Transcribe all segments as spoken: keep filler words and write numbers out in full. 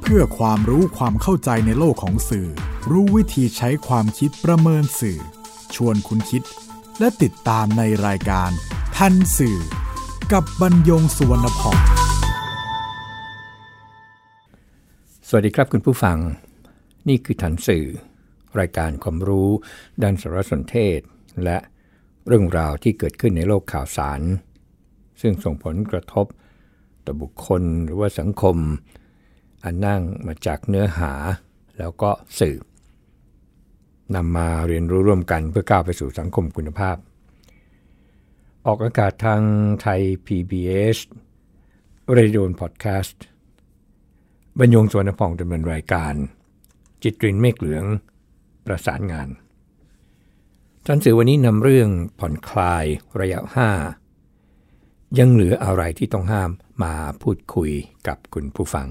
เพื่อความรู้ความเข้าใจในโลกของสื่อรู้วิธีใช้ความคิดประเมินสื่อชวนคุณคิดและติดตามในรายการทันสื่อกับบรรยงสุวรรณพรสวัสดีครับคุณผู้ฟังนี่คือทันสื่อรายการความรู้ด้านสารสนเทศและเรื่องราวที่เกิดขึ้นในโลกข่าวสารซึ่งส่งผลกระทบต่อบุคคลหรือว่าสังคมอันนั่งมาจากเนื้อหาแล้วก็สื่อนำมาเรียนรู้ร่วมกันเพื่อก้าวไปสู่สังคมคุณภาพออกอากาศทางไทย พี บี เอส Radio Podcast บรรยงสุวรรณพงษ์ดำเนินรายการจิตรินเมฆเหลืองประสานงานทันสื่อวันนี้นำเรื่องผ่อนคลายระยะห้ายังเหลืออะไรที่ต้องห้ามมาพูดคุยกับคุณผู้ฟัง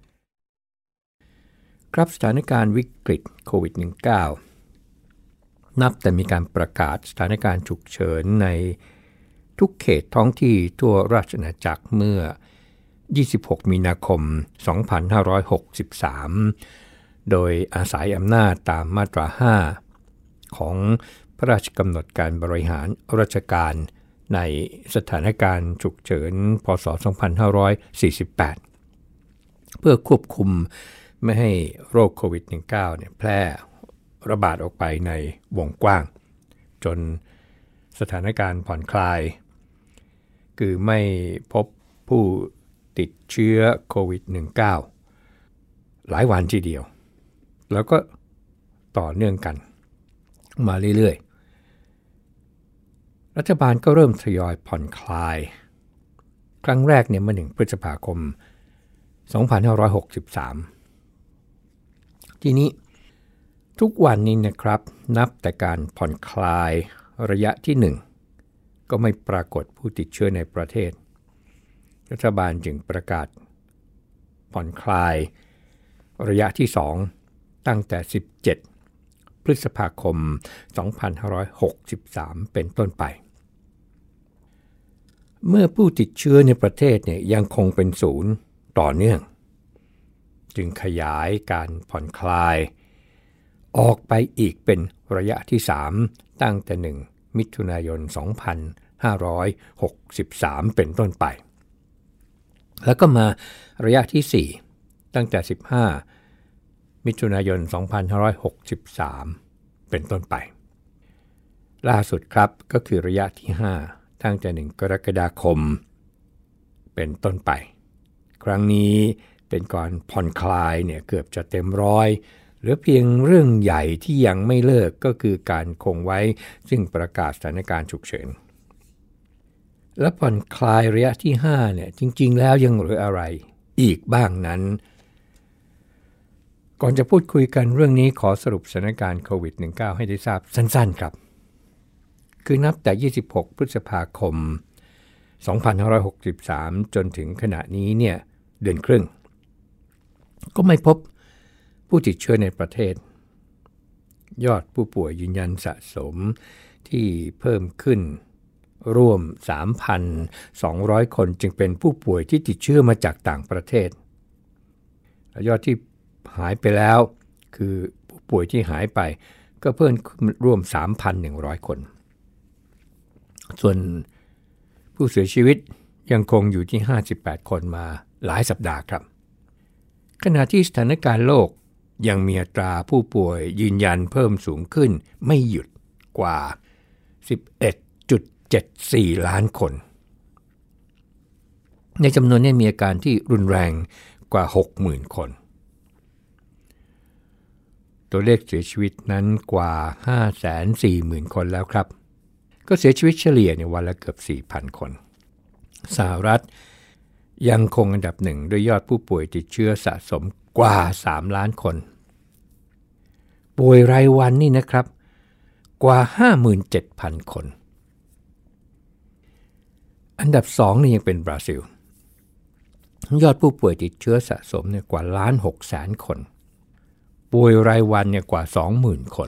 ครับสถานการณ์วิกฤตโควิด สิบเก้า นับแต่มีการประกาศสถานการณ์ฉุกเฉินในทุกเขตท้องที่ทั่วราชอาณาจักรเมื่อยี่สิบหกมีนาคมสองพันห้าร้อยหกสิบสามโดยอาศัยอำนาจตามมาตราห้าของพระราชกำหนดการบริหารราชการในสถานการณ์ฉุกเฉินพ.ศ. สองพันห้าร้อยสี่สิบแปดเพื่อควบคุมไม่ให้โรคโควิด สิบเก้า เนี่ยแพร่ระบาดออกไปในวงกว้างจนสถานการณ์ผ่อนคลายคือไม่พบผู้ติดเชื้อโควิด สิบเก้า หลายวันทีเดียวแล้วก็ต่อเนื่องกันมาเรื่อยๆรัฐบาลก็เริ่มทยอยผ่อนคลายครั้งแรกเนี่ยเมื่อหนึ่งพฤษภาคมสองพันห้าร้อยหกสิบสามทีนี้ทุกวันนี้นะครับนับแต่การผ่อนคลายระยะที่หนึ่งก็ไม่ปรากฏผู้ติดเชื้อในประเทศรัฐบาลจึงประกาศผ่อนคลายระยะที่สองตั้งแต่สิบเจ็ดพฤษภาคมสองพันห้าร้อยหกสิบสามเป็นต้นไปเมื่อผู้ติดเชื้อในประเทศเนี่ยยังคงเป็นศูนย์ต่อเนื่องจึงขยายการผ่อนคลายออกไปอีกเป็นระยะที่สามตั้งแต่หนึ่งมิถุนายนสองพันห้าร้อยหกสิบสามเป็นต้นไปแล้วก็มาระยะที่สี่ตั้งแต่สิบห้ามิถุนายนสองพันห้าร้อยหกสิบสามเป็นต้นไปล่าสุดครับก็คือระยะที่ห้าตั้งแต่หนึ่งกรกฎาคมเป็นต้นไปครั้งนี้เป็นการผ่อนคลายเนี่ยเกือบจะเต็มร้อยเหลือเพียงเรื่องใหญ่ที่ยังไม่เลิกก็คือการคงไว้ซึ่งประกาศสถานการณ์ฉุกเฉินและผ่อนคลายระยะที่ห้าเนี่ยจริงๆแล้วยังเหลืออะไรอีกบ้างนั้นก่อนจะพูดคุยกันเรื่องนี้ขอสรุปสถานการณ์โควิด สิบเก้า ให้ได้ทราบสั้นๆครับคือนับแต่ยี่สิบหกพฤษภาคมสองพันห้าร้อยหกสิบสามจนถึงขณะนี้เนี่ยเดือนครึ่งก็ไม่พบผู้ติดเชื้อในประเทศยอดผู้ป่วยยืนยันสะสมที่เพิ่มขึ้นร่วม สามพันสองร้อย คนจึงเป็นผู้ป่วยที่ติดเชื้อมาจากต่างประเทศและยอดที่หายไปแล้วคือผู้ป่วยที่หายไปก็เพิ่มขึ้นร่วม สามพันหนึ่งร้อย คนส่วนผู้เสียชีวิตยังคงอยู่ที่ห้าสิบแปดคนมาหลายสัปดาห์ครับขณะที่สถานการณ์โลกยังมีอัตราผู้ป่วยยืนยันเพิ่มสูงขึ้นไม่หยุดกว่า สิบเอ็ดจุดเจ็ดสี่ ล้านคนในจำนวนนี้มีอาการที่รุนแรงกว่า หกหมื่น คนตัวเลขเสียชีวิตนั้นกว่า ห้าแสนสี่หมื่น คนแล้วครับก็เสียชีวิตเฉลี่ยในวันละเกือบ สี่พัน คนสหรัฐยังคงอันดับหนึ่งด้วยยอดผู้ป่วยติดเชื้อสะสมกว่าสามล้านคนป่วยรายวันนี่นะครับกว่า ห้าหมื่นเจ็ดพัน คนอันดับสองนี่ยังเป็นบราซิลยอดผู้ป่วยติดเชื้อสะสมเนี่ยกว่าล้านหกแสนคนป่วยรายวันเนี่ยกว่า สองหมื่น คน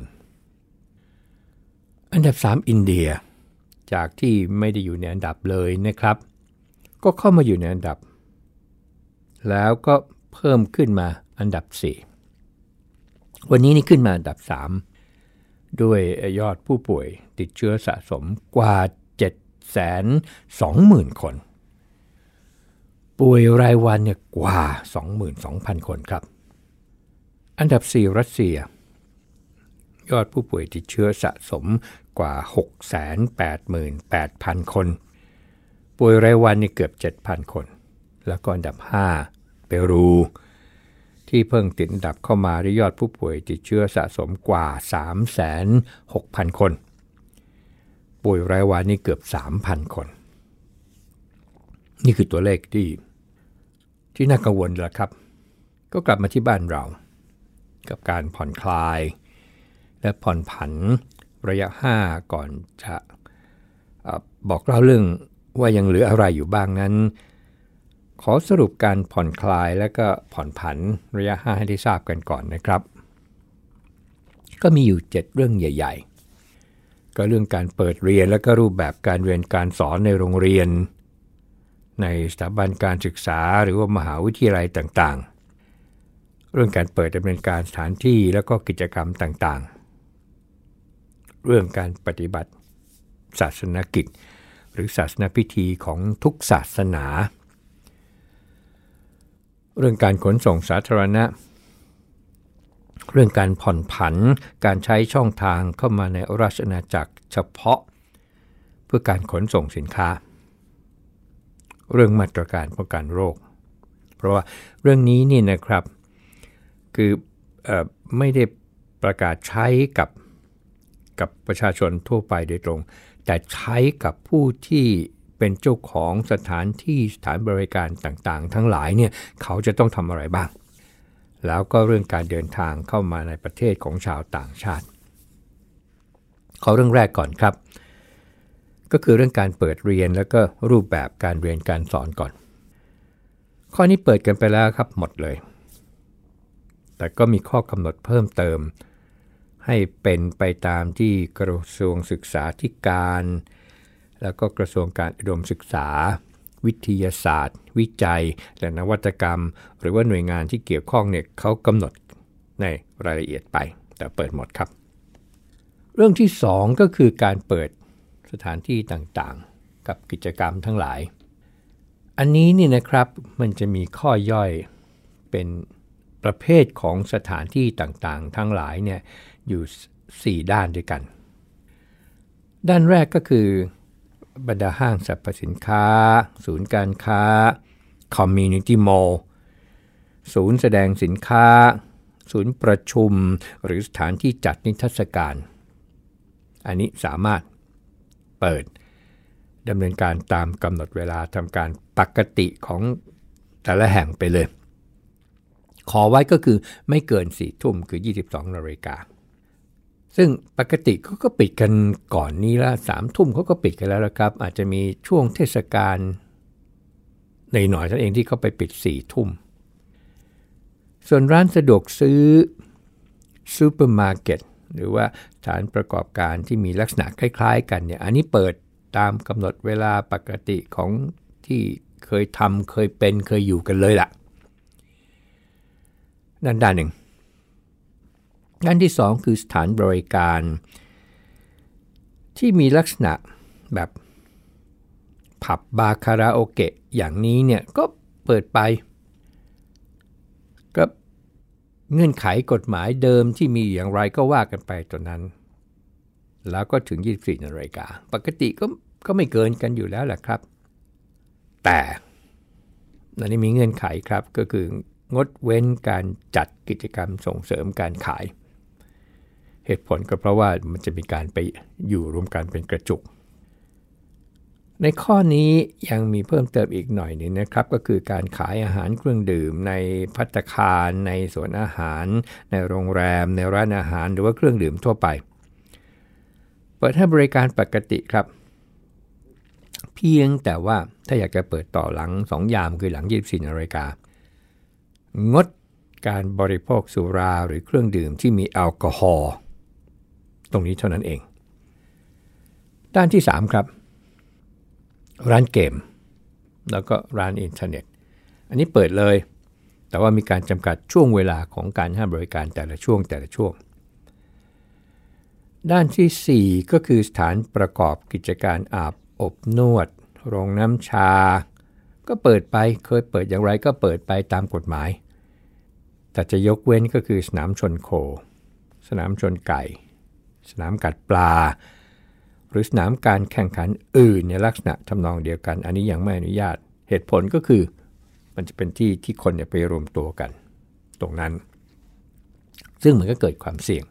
อันดับสามอินเดียจากที่ไม่ได้อยู่ในอันดับเลยนะครับก็เข้ามาอยู่ในอันดับแล้วก็เพิ่มขึ้นมาอันดับสี่วันนี้นี่ขึ้นมาอันดับสามด้วยยอดผู้ป่วยติดเชื้อสะสมกว่า เจ็ดแสนสองหมื่น คนป่วยรายวันเนี่ยกว่า สองหมื่นสองพัน คนครับอันดับสี่รัสเซียยอดผู้ป่วยติดเชื้อสะสมกว่า หกแสนแปดหมื่นแปดพัน คนป่วยรายวันนี่เกือบ เจ็ดพัน คนแล้วก็อันดับห้าเปรูที่เพิ่งติดอันดับเข้ามาด้วยยอดผู้ป่วยติดเชื้อสะสมกว่า สามแสนหกพัน คนป่วยรายวันนี่เกือบ สามพัน คนนี่คือตัวเลขที่ที่น่ากังวลแล้วครับก็กลับมาที่บ้านเรากับการผ่อนคลายและผ่อนผันระยะห้าก่อนจะเอ่อบอกเล่าเรื่องว่ายังเหลืออะไรอยู่บ้างนั้นขอสรุปการผ่อนคลายและก็ผ่อนผันระยะห้าให้ได้ทราบกันก่อนนะครับก็มีอยู่เจ็ดเรื่องใหญ่ๆก็เรื่องการเปิดเรียนและก็รูปแบบการเรียนการสอนในโรงเรียนในสถาบันการศึกษาหรือว่ามหาวิทยาลัยต่างๆเรื่องการเปิดดำเนินการสถานที่แล้วก็กิจกรรมต่างๆเรื่องการปฏิบัติศาสนกิจหรือศาสนพิธีของทุกศาสนาเรื่องการขนส่งสาธารณะเรื่องการผ่อนผันการใช้ช่องทางเข้ามาในราชอาณาจักรเฉพาะเพื่อการขนส่งสินค้าเรื่องมาตรการป้องกันโรคเพราะว่าเรื่องนี้นี่นะครับคือเอ่อไม่ได้ประกาศใช้กับกับประชาชนทั่วไปโดยตรงแต่ใช้กับผู้ที่เป็นเจ้าของสถานที่สถานบริการต่างๆทั้งหลายเนี่ยเขาจะต้องทำอะไรบ้างแล้วก็เรื่องการเดินทางเข้ามาในประเทศของชาวต่างชาติขอเรื่องแรกก่อนครับก็คือเรื่องการเปิดเรียนแล้วก็รูปแบบการเรียนการสอนก่อนข้อนี้เปิดกันไปแล้วครับหมดเลยแต่ก็มีข้อกำหนดเพิ่มเติมให้เป็นไปตามที่กระทรวงศึกษาธิการแล้วก็กระทรวงการอุดมศึกษาวิทยาศาสตร์วิจัยและนวัตกรรมหรือว่าหน่วยงานที่เกี่ยวข้องเนี่ยเขากำหนดในรายละเอียดไปแต่เปิดหมดครับเรื่องที่สองก็คือการเปิดสถานที่ต่างๆกับกิจกรรมทั้งหลายอันนี้นี่นะครับมันจะมีข้อย่อยเป็นประเภทของสถานที่ต่างๆทั้งหลายเนี่ยอยู่สี่ด้านด้วยกันด้านแรกก็คือบรรดาห้างสรรพสินค้าศูนย์การค้า Community Mall ศูนย์แสดงสินค้าศูนย์ประชุมหรือสถานที่จัดนิทรรศการอันนี้สามารถเปิดดำเนินการตามกำหนดเวลาทำการปกติของแต่ละแห่งไปเลยขอไว้ก็คือไม่เกินสี่ทุ่มคือยี่สิบสองนาฬิกาซึ่งปกติเขาก็ปิดกันก่อนนี้ละสามทุ่มเขาก็ปิดกันแล้วนะครับอาจจะมีช่วงเทศกาลหน่อยๆนั่นเองที่เขาไปปิดสี่ทุ่มส่วนร้านสะดวกซื้อซูเปอร์มาร์เก็ตหรือว่าสถานประกอบการที่มีลักษณะคล้ายๆกันเนี่ยอันนี้เปิดตามกำหนดเวลาปกติของที่เคยทำเคยเป็นเคยอยู่กันเลยล่ะด้านด้านหนึ่งด้านที่สองคือสถานบริการที่มีลักษณะแบบผับบาร์คาราโอเกะอย่างนี้เนี่ยก็เปิดไปก็เงื่อนไขกฎหมายเดิมที่มีอย่างไรก็ว่ากันไปตัวนั้นแล้วก็ถึงยี่สิบสี่นาฬิกาปกติก็ก็ไม่เกินกันอยู่แล้วแหละครับแต่อันนี้มีเงื่อนไขครับก็คืองดเว้นการจัดกิจกรรมส่งเสริมการขายเหตุผลก็เพราะว่ามันจะมีการไปอยู่รวมกันเป็นกระจุกในข้อนี้ยังมีเพิ่มเติมอีกหน่อยนึงนะครับก็คือการขายอาหารเครื่องดื่มในภัตตาคารในสวนอาหารในโรงแรมในร้านอาหารหรือว่าเครื่องดื่มทั่วไปเปิดให้บริการปกติครับเพียงแต่ว่าถ้าอยากจะเปิดต่อหลังสองยามคือหลังยี่สิบสี่นาฬิกางดการบริโภคสุราหรือเครื่องดื่มที่มีแอลกอฮอล์ตรงนี้เท่านั้นเองด้านที่สามครับร้านเกมแล้วก็ร้านอินเทอร์เน็ตอันนี้เปิดเลยแต่ว่ามีการจำกัดช่วงเวลาของการให้บริการแต่ละช่วงแต่ละช่วงด้านที่สี่ก็คือสถานประกอบกิจการอาบอบนวดโรงน้ำชาก็เปิดไปเคยเปิดอย่างไรก็เปิดไปตามกฎหมายแต่จะยกเว้นก็คือสนามชนโคสนามชนไก่สนามกัดปลาหรือสนามการแข่งขันอื่นในลักษณะทำนองเดียวกันอันนี้ยังไม่อนุญาตเหตุผลก็คือมันจะเป็นที่ที่คนไปรวมตัวกันตรงนั้นซึ่งมันก็เกิดความเสี่ยง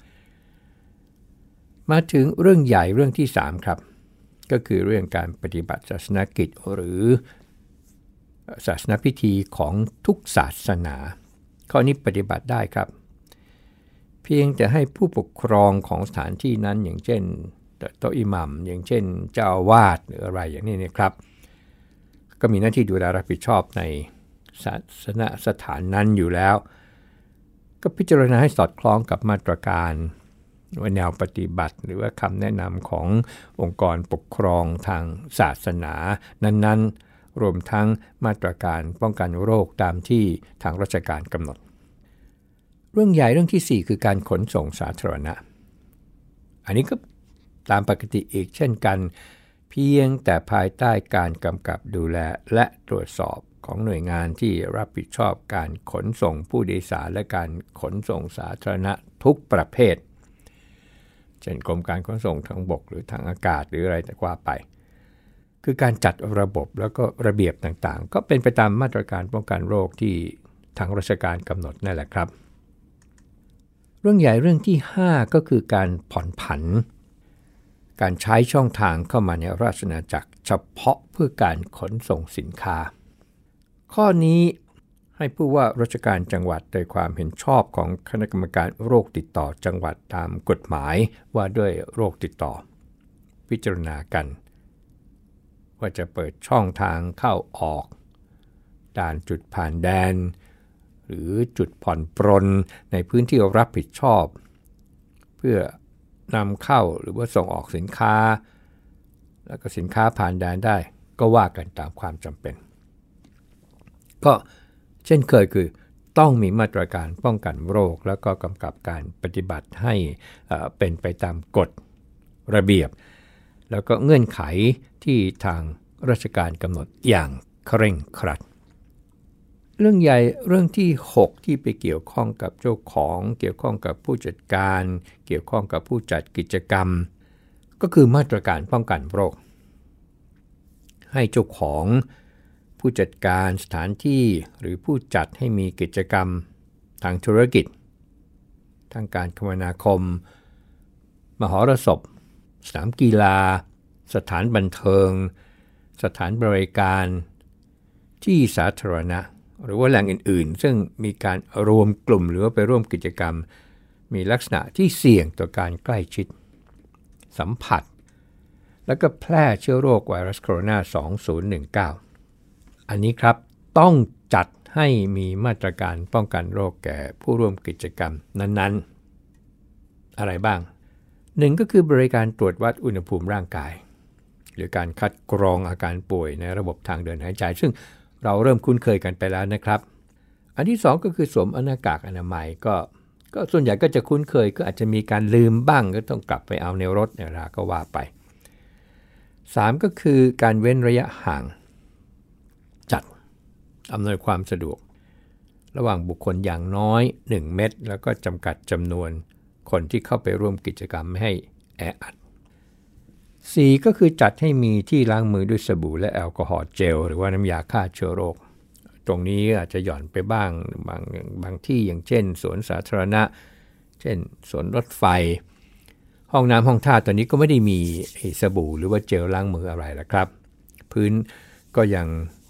มาถึงเรื่องใหญ่เรื่องที่สามครับก็คือเรื่องการปฏิบัติศาสนกิจหรือศาสนพิธีของทุกศาสนาข้อนี้ปฏิบัติได้ครับเพียงแต่ให้ผู้ปกครองของสถานที่นั้นอย่างเช่นโต๊ะอิหมัมอย่างเช่นเจ้าอาวาสหรืออะไรอย่างนี้นะครับก็มีหน้าที่ดูแลรับผิดชอบในศาสนสถานนั้นอยู่แล้วก็พิจารณาให้สอดคล้องกับมาตรการว่าแนวปฏิบัติหรือว่าคำแนะนำขององค์กรปกครองทางศาสนานั้นๆรวมทั้งมาตรการป้องกันโรคตามที่ทางราชการกำหนดเรื่องใหญ่เรื่องที่สี่คือการขนส่งสาธารณะอันนี้ก็ตามปกติอีกเช่นกันเพียงแต่ภายใต้การกำกับดูแลและตรวจสอบของหน่วยงานที่รับผิดชอบการขนส่งผู้โดยสารและการขนส่งสาธารณะทุกประเภทเช่นกรมการขนส่งทางบกหรือทางอากาศหรืออะไรแต่ว่าไปคือการจัดระบบแล้วก็ระเบียบต่างๆก็เป็นไปตามมาตรการป้องกันโรคที่ทางราชการกำหนดนั่นแหละครับเรื่องใหญ่เรื่องที่ห้าก็คือการผ่อนผันการใช้ช่องทางเข้ามาในราชอาณาจักรเฉพาะเพื่อการขนส่งสินค้าข้อนี้ให้ผู้ว่าราชการจังหวัดโดยความเห็นชอบของคณะกรรมการโรคติดต่อจังหวัดตามกฎหมายว่าด้วยโรคติดต่อพิจารณากันว่าจะเปิดช่องทางเข้าออกด่านจุดผ่านแดนหรือจุดผ่อนปรนในพื้นที่รับผิดชอบเพื่อนำเข้าหรือว่าส่งออกสินค้าแล้วก็สินค้าผ่านแดนได้ก็ว่ากันตามความจำเป็นก็เช่นเคยคือต้องมีมาตรการป้องกันโรคแล้วก็กำกับการปฏิบัติให้เป็นไปตามกฎระเบียบแล้วก็เงื่อนไขที่ทางราชการกำหนดอย่างเคร่งครัดเรื่องใหญ่เรื่องที่หกที่ไปเกี่ยวข้องกับเจ้าของเกี่ยวข้องกับผู้จัดการเกี่ยวข้องกับผู้จัดกิจกรรมก็คือมาตรการป้องกันโรคให้เจ้าของผู้จัดการสถานที่หรือผู้จัดให้มีกิจกรรมทางธุรกิจทางการคมนาคมมหรสพสนามกีฬาสถานบันเทิงสถานบริการที่สาธารณะหรือว่าแหล่งอื่นๆซึ่งมีการรวมกลุ่มหรือว่าไปร่วมกิจกรรมมีลักษณะที่เสี่ยงต่อการใกล้ชิดสัมผัสแล้วก็แพร่เชื้อโรคไวรัสโคโรนาสองพันสิบเก้าอันนี้ครับต้องจัดให้มีมาตรการป้องกันโรคแก่ผู้ร่วมกิจกรรมนั้นๆอะไรบ้างหนึ่งก็คือบริการตรวจวัดอุณหภูมิร่างกายหรือการคัดกรองอาการป่วยในระบบทางเดินหายใจซึ่งเราเริ่มคุ้นเคยกันไปแล้วนะครับอันที่สองก็คือสวมหน้ากากอนามัยก็ก็ส่วนใหญ่ก็จะคุ้นเคยก็อาจจะมีการลืมบ้างก็ต้องกลับไปเอาในรถเนี่ยละก็ว่าไปสามก็คือการเว้นระยะห่างจัดอำนวยความสะดวกระหว่างบุคคลอย่างน้อยหนึ่งเมตรแล้วก็จำกัดจำนวนคนที่เข้าไปร่วมกิจกรรมไม่ให้แออัดสี่ก็คือจัดให้มีที่ล้างมือด้วยสบู่และแอลกอฮอล์เจลหรือว่าน้ำยาฆ่าเชื้อโรคตรงนี้อาจจะหย่อนไปบ้างบางบางที่อย่างเช่นสวนสาธารณะเช่นสวนรถไฟห้องน้ำห้องท่าตอนนี้ก็ไม่ได้มีสบู่หรือว่าเจลล้างมืออะไรละครับพื้นก็ยัง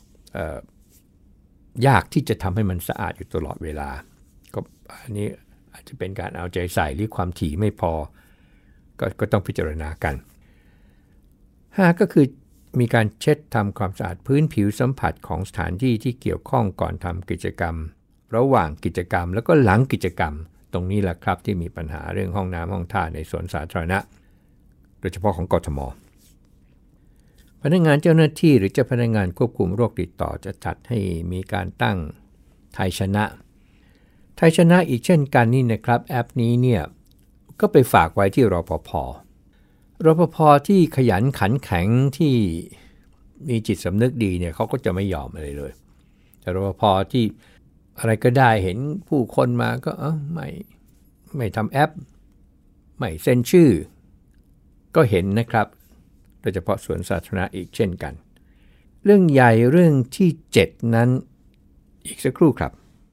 ยากที่จะทำให้มันสะอาดอยู่ตลอดเวลาก็อันนี้อาจจะเป็นการเอาใจใส่หรือความถี่ไม่พอ ก, ก็ต้องพิจารณากันห้าก็คือมีการเช็ดทำความสะอาดพื้นผิวสัมผัสของสถานที่ที่เกี่ยวข้องก่อนทำกิจกรรมระหว่างกิจกรรมแล้วก็หลังกิจกรรมตรงนี้แหละครับที่มีปัญหาเรื่องห้องน้ำห้องท่าในสวนสาธารณะโดยเฉพาะของกทมพนักงานเจ้าหน้าที่หรือเจ้าพนักงานควบคุมโรคติดต่อจะจัดให้มีการตั้งไทยชนะไทยชนะอีกเช่นกันนี่นะครับแอปนี้เนี่ยก็ไปฝากไว้ที่รปภ.รปภ.ที่ขยันขันแข็งที่มีจิตสำนึกดีเนี่ยเขาก็จะไม่ยอมอะไรเลยแต่รปภ.ที่อะไรก็ได้เห็นผู้คนมาก็เออไม่ไม่ทำแอปไม่เซ็นชื่อก็เห็นนะครับโดยเฉพาะสวนสาธารณะอีกเช่นกันเรื่องใหญ่เรื่องที่เจ็ดนั้นอีกสักครู่ครับ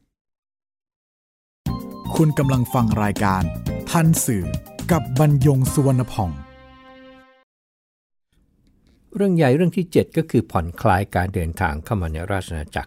คุณกำลังฟังรายการทันสื่อกับบรรยงสุวรรณพ่องเรื่องใหญ่เรื่องที่เจ็ดก็คือผ่อนคลายการเดินทางเข้ามาในราชอาณาจักร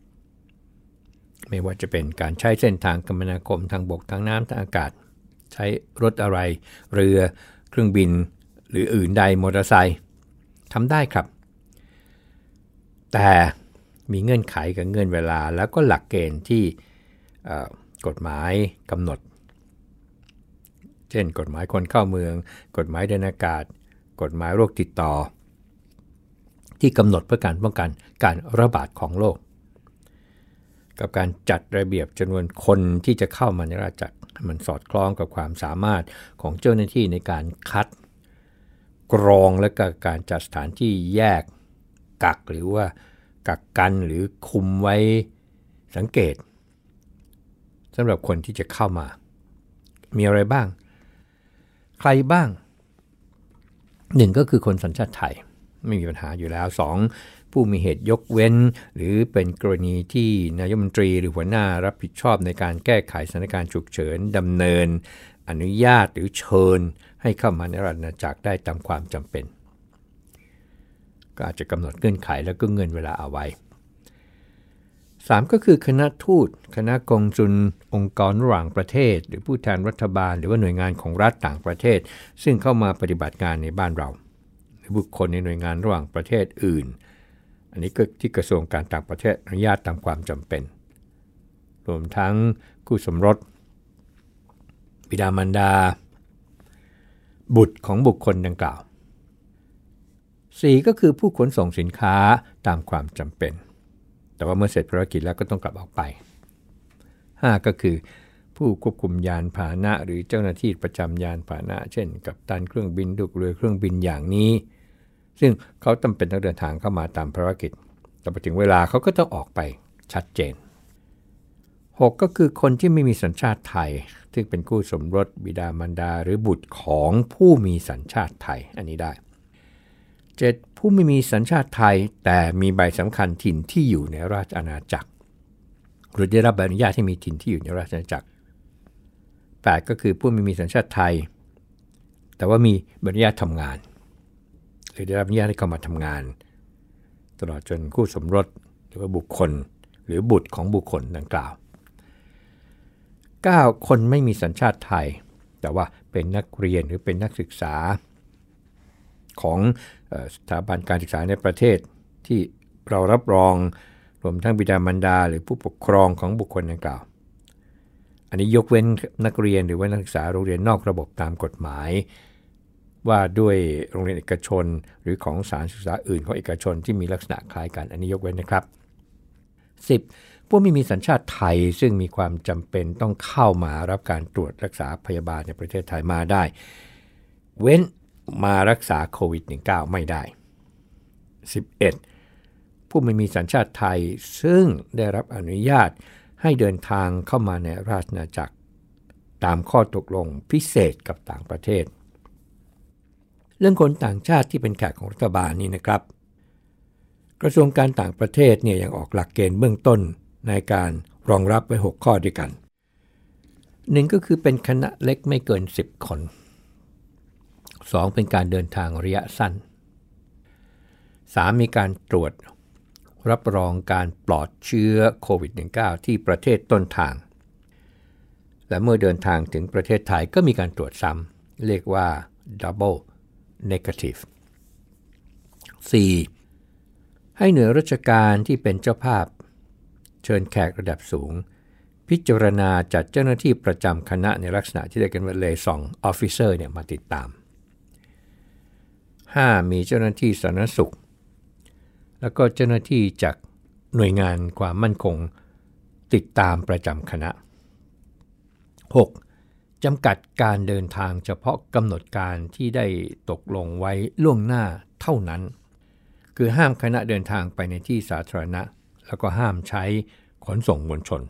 ไม่ว่าจะเป็นการใช้เส้นทางคมนาคมทางบกทางน้ำทางอากาศใช้รถอะไรเรือเครื่องบินหรืออื่นใดมอเตอร์ไซค์ทำได้ครับแต่มีเงื่อนไขกับเงื่อนเวลาแล้วก็หลักเกณฑ์ที่กฎหมายกำหนดเช่นกฎหมายคนเข้าเมืองกฎหมายเดินอากาศกฎหมายโรคติดต่อที่กำหนดเพื่อการป้องกันการระบาดของโรคกับการจัดระเบียบจำนวนคนที่จะเข้ามาในราชอาณาจักรมันสอดคล้องกับความสามารถของเจ้าหน้าที่ในการคัดกรองและก็การจัดสถานที่แยกกักหรือว่ากักกันหรือคุมไว้สังเกตสำหรับคนที่จะเข้ามามีอะไรบ้างใครบ้างหนึ่งก็คือคนสัญชาติไทยไม่มีปัญหาอยู่แล้วสองผู้มีเหตุยกเว้นหรือเป็นกรณีที่นายกรัฐมนตรีหรือหัวหน้ารับผิดชอบในการแก้ไขสถานการณ์ฉุกเฉินดำเนินอนุญาตหรือเชิญให้เข้ามาในราชอาณาจักรได้ตามความจำเป็นก็อาจจะกำหนดเงื่อนไขและก็เงื่อนเวลาเอาไว้สามก็คือคณะทูตคณะกงสุลองค์กรระหว่างประเทศหรือผู้แทนรัฐบาลหรือว่าหน่วยงานของรัฐต่างประเทศซึ่งเข้ามาปฏิบัติงานในบ้านเราหรือบุคคลในหน่วยงานระหว่างประเทศอื่นอันนี้ก็ที่กระทรวงการต่างประเทศอนุญาตตามความจำเป็นรวมทั้งคู่สมรสบิดามารดาบุตรของบุคคลดังกล่าวสี่ก็คือผู้ขนส่งสินค้าตามความจำเป็นแต่ว่าเมื่อเสร็จภารกิจแล้วก็ต้องกลับออกไปห้าก็คือผู้ควบคุมยานพาหนะหรือเจ้าหน้าที่ประจำยานพาหนะเช่นกัปตันเครื่องบินลูกเรือเครื่องบินอย่างนี้ซึ่งเขาจำเป็นต้องเดินทางเข้ามาตามภารกิจแต่พอถึงเวลาเขาก็ต้องออกไปชัดเจนหกก็คือคนที่ไม่มีสัญชาติไทยซึ่งเป็นคู่สมรสบิดามารดาหรือบุตรของผู้มีสัญชาติไทยอันนี้ได้เจ็ดผู้ไม่มีสัญชาติไทยแต่มีใบสำคัญถิ่นที่อยู่ในราชอาณาจักรหรือได้รับใบอนุญาตให้มีถิ่นที่อยู่ในราชอาณาจักรแปดก็คือผู้ไม่มีสัญชาติไทยแต่ว่ามีใบอนุญาตทำงานหรือได้รับอนุญาตให้เข้ามาทำงานตลอดจนคู่สมรสหรือว่าบุคคลหรือบุตรของบุคคลดังกล่าวเก้าคนไม่มีสัญชาติไทยแต่ว่าเป็นนักเรียนหรือเป็นนักศึกษาของสถาบันการศึกษาในประเทศที่เรารับรองรวมทั้งบิดามารดาหรือผู้ปกครองของบุคคลดังกล่าวอันนี้ยกเว้นนักเรียนหรือว่านักศึกษาโรงเรียนนอกระบบตามกฎหมายว่าด้วยโรงเรียนเอกชนหรือของสถานศึกษาอื่นของเอกชนที่มีลักษณะคล้ายกันอันนี้ยกเว้นนะครับสิบผู้ไม่มีสัญชาติไทยซึ่งมีความจำเป็นต้องเข้ามารับการตรวจรักษาพยาบาลในประเทศไทยมาได้เว้นมารักษาโควิด สิบเก้า ไม่ได้สิบเอ็ดผู้ไม่มีสัญชาติไทยซึ่งได้รับอนุญาตให้เดินทางเข้ามาในราชอาณาจักรตามข้อตกลงพิเศษกับต่างประเทศเรื่องคนต่างชาติที่เป็นแขกของรัฐบาลนี่นะครับกระทรวงการต่างประเทศเนี่ยยังออกหลักเกณฑ์เบื้องต้นในการรองรับไว้หกข้อด้วยกันหนึ่งก็คือเป็นคณะเล็กไม่เกินสิบคนสองเป็นการเดินทางระยะสั้นสามมีการตรวจรับรองการปลอดเชื้อโควิด สิบเก้า ที่ประเทศต้นทางและเมื่อเดินทางถึงประเทศไทยก็มีการตรวจซ้ำเรียกว่า double negative สี่ ให้หน่วยราชการที่เป็นเจ้าภาพเชิญแขกระดับสูงพิจารณาจัดเจ้าหน้าที่ประจำคณะในลักษณะที่เรียกกันว่า liaison officer เนี่ยมาติดตามห้ามีเจ้าหน้าที่สาธารณสุขแล้วก็เจ้าหน้าที่จากหน่วยงานความมั่นคงติดตามประจำคณะ หก. จำกัดการเดินทางเฉพาะกำหนดการที่ได้ตกลงไว้ล่วงหน้าเท่านั้นคือห้ามคณะเดินทางไปในที่สาธารณะแล้วก็ห้ามใช้ขนส่งมวลชน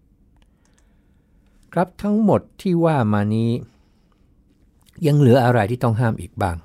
ครับทั้งหมดที่ว่ามานี้ยังเหลืออะไรที่ต้องห้ามอีกบ้าง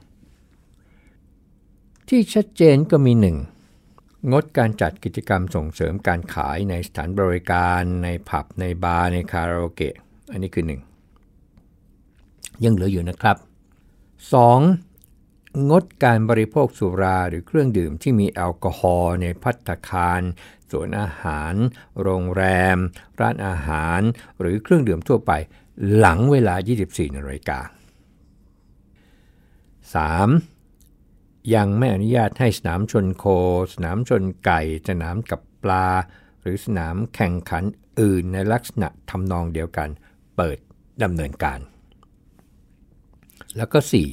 ที่ชัดเจนก็มีหนึ่งงดการจัดกิจกรรมส่งเสริมการขายในสถานบริการในผับในบาร์ในคาราโอเกะอันนี้คือหนึ่งยังเหลืออยู่นะครับ สอง. งดการบริโภคสุราหรือเครื่องดื่มที่มีแอลกอฮอล์ในภัตตาคารสวนอาหารโรงแรมร้านอาหารหรือเครื่องดื่มทั่วไปหลังเวลา ยี่สิบสี่นาฬิกา สาม. ยังไม่อนุญาตให้สนามชนโคสนามชนไก่สนามกับปลาหรือสนามแข่งขันอื่นในลักษณะทำนองเดียวกันเปิดดำเนินการแล้วก็ สี่.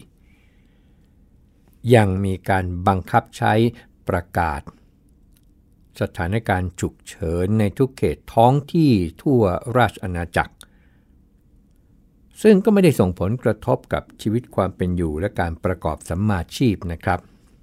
ยังมีการบังคับใช้ประกาศสถานการณ์ฉุกเฉินในทุกเขตท้องที่ทั่วราชอาณาจักรซึ่งก็ไม่ได้ส่งผลกระทบกับชีวิตความเป็นอยู่และการประกอบสัมมาชีพนะครับ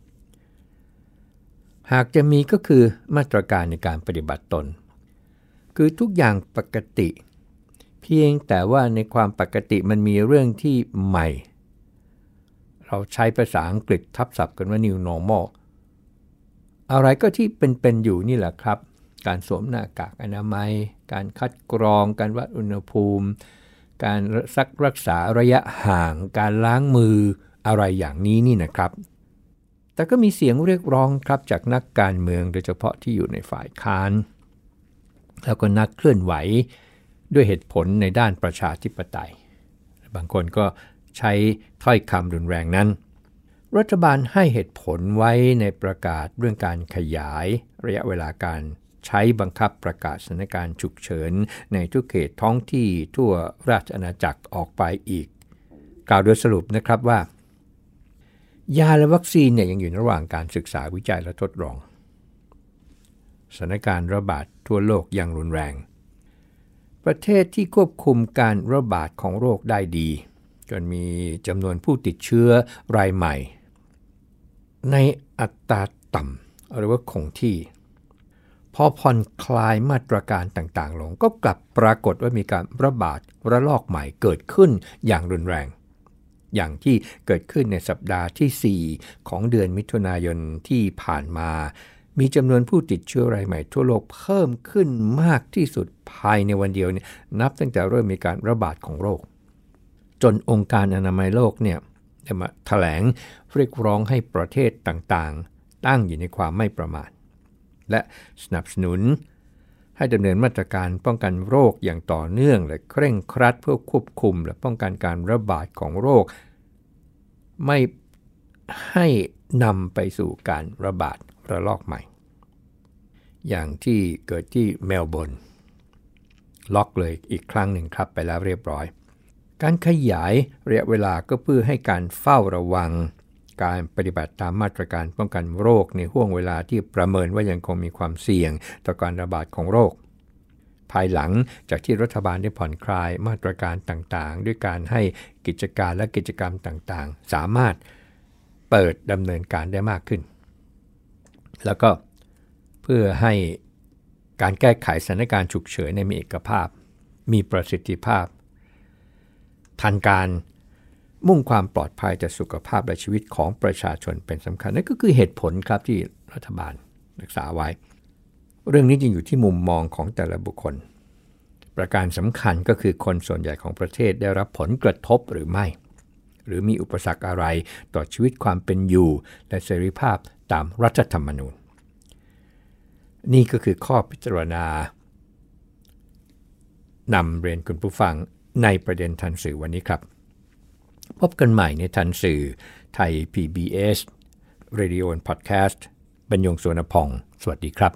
หากจะมีก็คือมาตรการในการปฏิบัติตนคือทุกอย่างปกติเพียงแต่ว่าในความปกติมันมีเรื่องที่ใหม่เราใช้ภาษาอังกฤษทับศัพท์กันว่า new normal อะไรก็ที่เป็นๆอยู่นี่แหละครับการสวมหน้ากากอนามัยการคัดกรองการวัดอุณหภูมิการซักรักษาระยะห่างการล้างมืออะไรอย่างนี้นี่นะครับแต่ก็มีเสียงเรียกร้องครับจากนักการเมืองโดยเฉพาะที่อยู่ในฝ่ายค้านแล้วก็นักเคลื่อนไหวด้วยเหตุผลในด้านประชาธิปไตยบางคนก็ใช้ถ้อยคำรุนแรงนั้นรัฐบาลให้เหตุผลไว้ในประกาศเรื่องการขยายระยะเวลาการใช้บังคับประกาศสถานการณ์ฉุกเฉินในทุกเขตท้องที่ทั่วราชอาณาจักรออกไปอีกกล่าวโดยสรุปนะครับว่ายาและวัคซีนเนี่ยยังอยู่ระหว่างการศึกษาวิจัยและทดลองสถานการณ์ระบาดทั่วโลกยังรุนแรงประเทศที่ควบคุมการระบาดของโรคได้ดีจนมีจำนวนผู้ติดเชื้อรายใหม่ในอัตราต่ำหรือว่าคงที่พอผ่อนคลายมาตรการต่างๆลงก็กลับปรากฏว่ามีการระบาดระลอกใหม่เกิดขึ้นอย่างรุนแรงอย่างที่เกิดขึ้นในสัปดาห์ที่สี่ของเดือนมิถุนายนที่ผ่านมามีจำนวนผู้ติดเชื้อรายใหม่ทั่วโลกเพิ่มขึ้นมากที่สุดภายในวันเดียวนับตั้งแต่เริ่มมีการระบาดของโรคจนองค์การอนามัยโลกเนี่ยได้มาแถลงเรียกร้องให้ประเทศต่างๆตั้งอยู่ในความไม่ประมาทและสนับสนุนให้ดำเนินมาตรการป้องกันโรคอย่างต่อเนื่องและเคร่งครัดเพื่อควบคุมและป้องกันการระบาดของโรคไม่ให้นำไปสู่การระบาดระลอกใหม่อย่างที่เกิดที่เมลเบิร์นล็อกเลยอีกครั้งหนึ่งครับไปแล้วเรียบร้อยการขยายระยะเวลาก็เพื่อให้การเฝ้าระวังการปฏิบัติตามมาตรการป้องกันโรคในห่วงเวลาที่ประเมินว่ายังคงมีความเสี่ยงต่อการระบาดของโรคภายหลังจากที่รัฐบาลได้ผ่อนคลายมาตรการต่างๆด้วยการให้กิจการและกิจกรรมต่างๆสามารถเปิดดำเนินการได้มากขึ้นแล้วก็เพื่อให้การแก้ไขสถานการณ์ฉุกเฉินในมีเอกภาพมีประสิทธิภาพทันการมุ่งความปลอดภัยต่อสุขภาพและชีวิตของประชาชนเป็นสำคัญนั่นก็คือเหตุผลครับที่รัฐบาลรักษาไว้เรื่องนี้จึงอยู่ที่มุมมองของแต่ละบุคคลประการสำคัญก็คือคนส่วนใหญ่ของประเทศได้รับผลกระทบหรือไม่หรือมีอุปสรรคอะไรต่อชีวิตความเป็นอยู่และเสรีภาพตามรัฐธรรมนูญนี่ก็คือข้อพิจารณานำเรียนคุณผู้ฟังในประเด็นทันสื่อวันนี้ครับพบกันใหม่ในทันสื่อไทย พี บี เอส Radio and Podcast บรรยง สุวรรณพองศ์สวัสดีครับ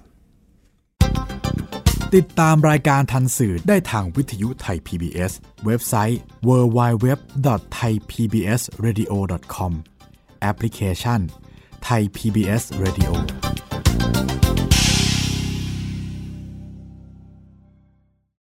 ติดตามรายการทันสื่อได้ทางวิทยุไทย พี บี เอส เว็บไซต์ ดับเบิลยู ดับเบิลยู ดับเบิลยู ดอท ไทย พี บี เอส เรดิโอ ดอท คอม แอปพลิเคชัน Thai พี บี เอส Radio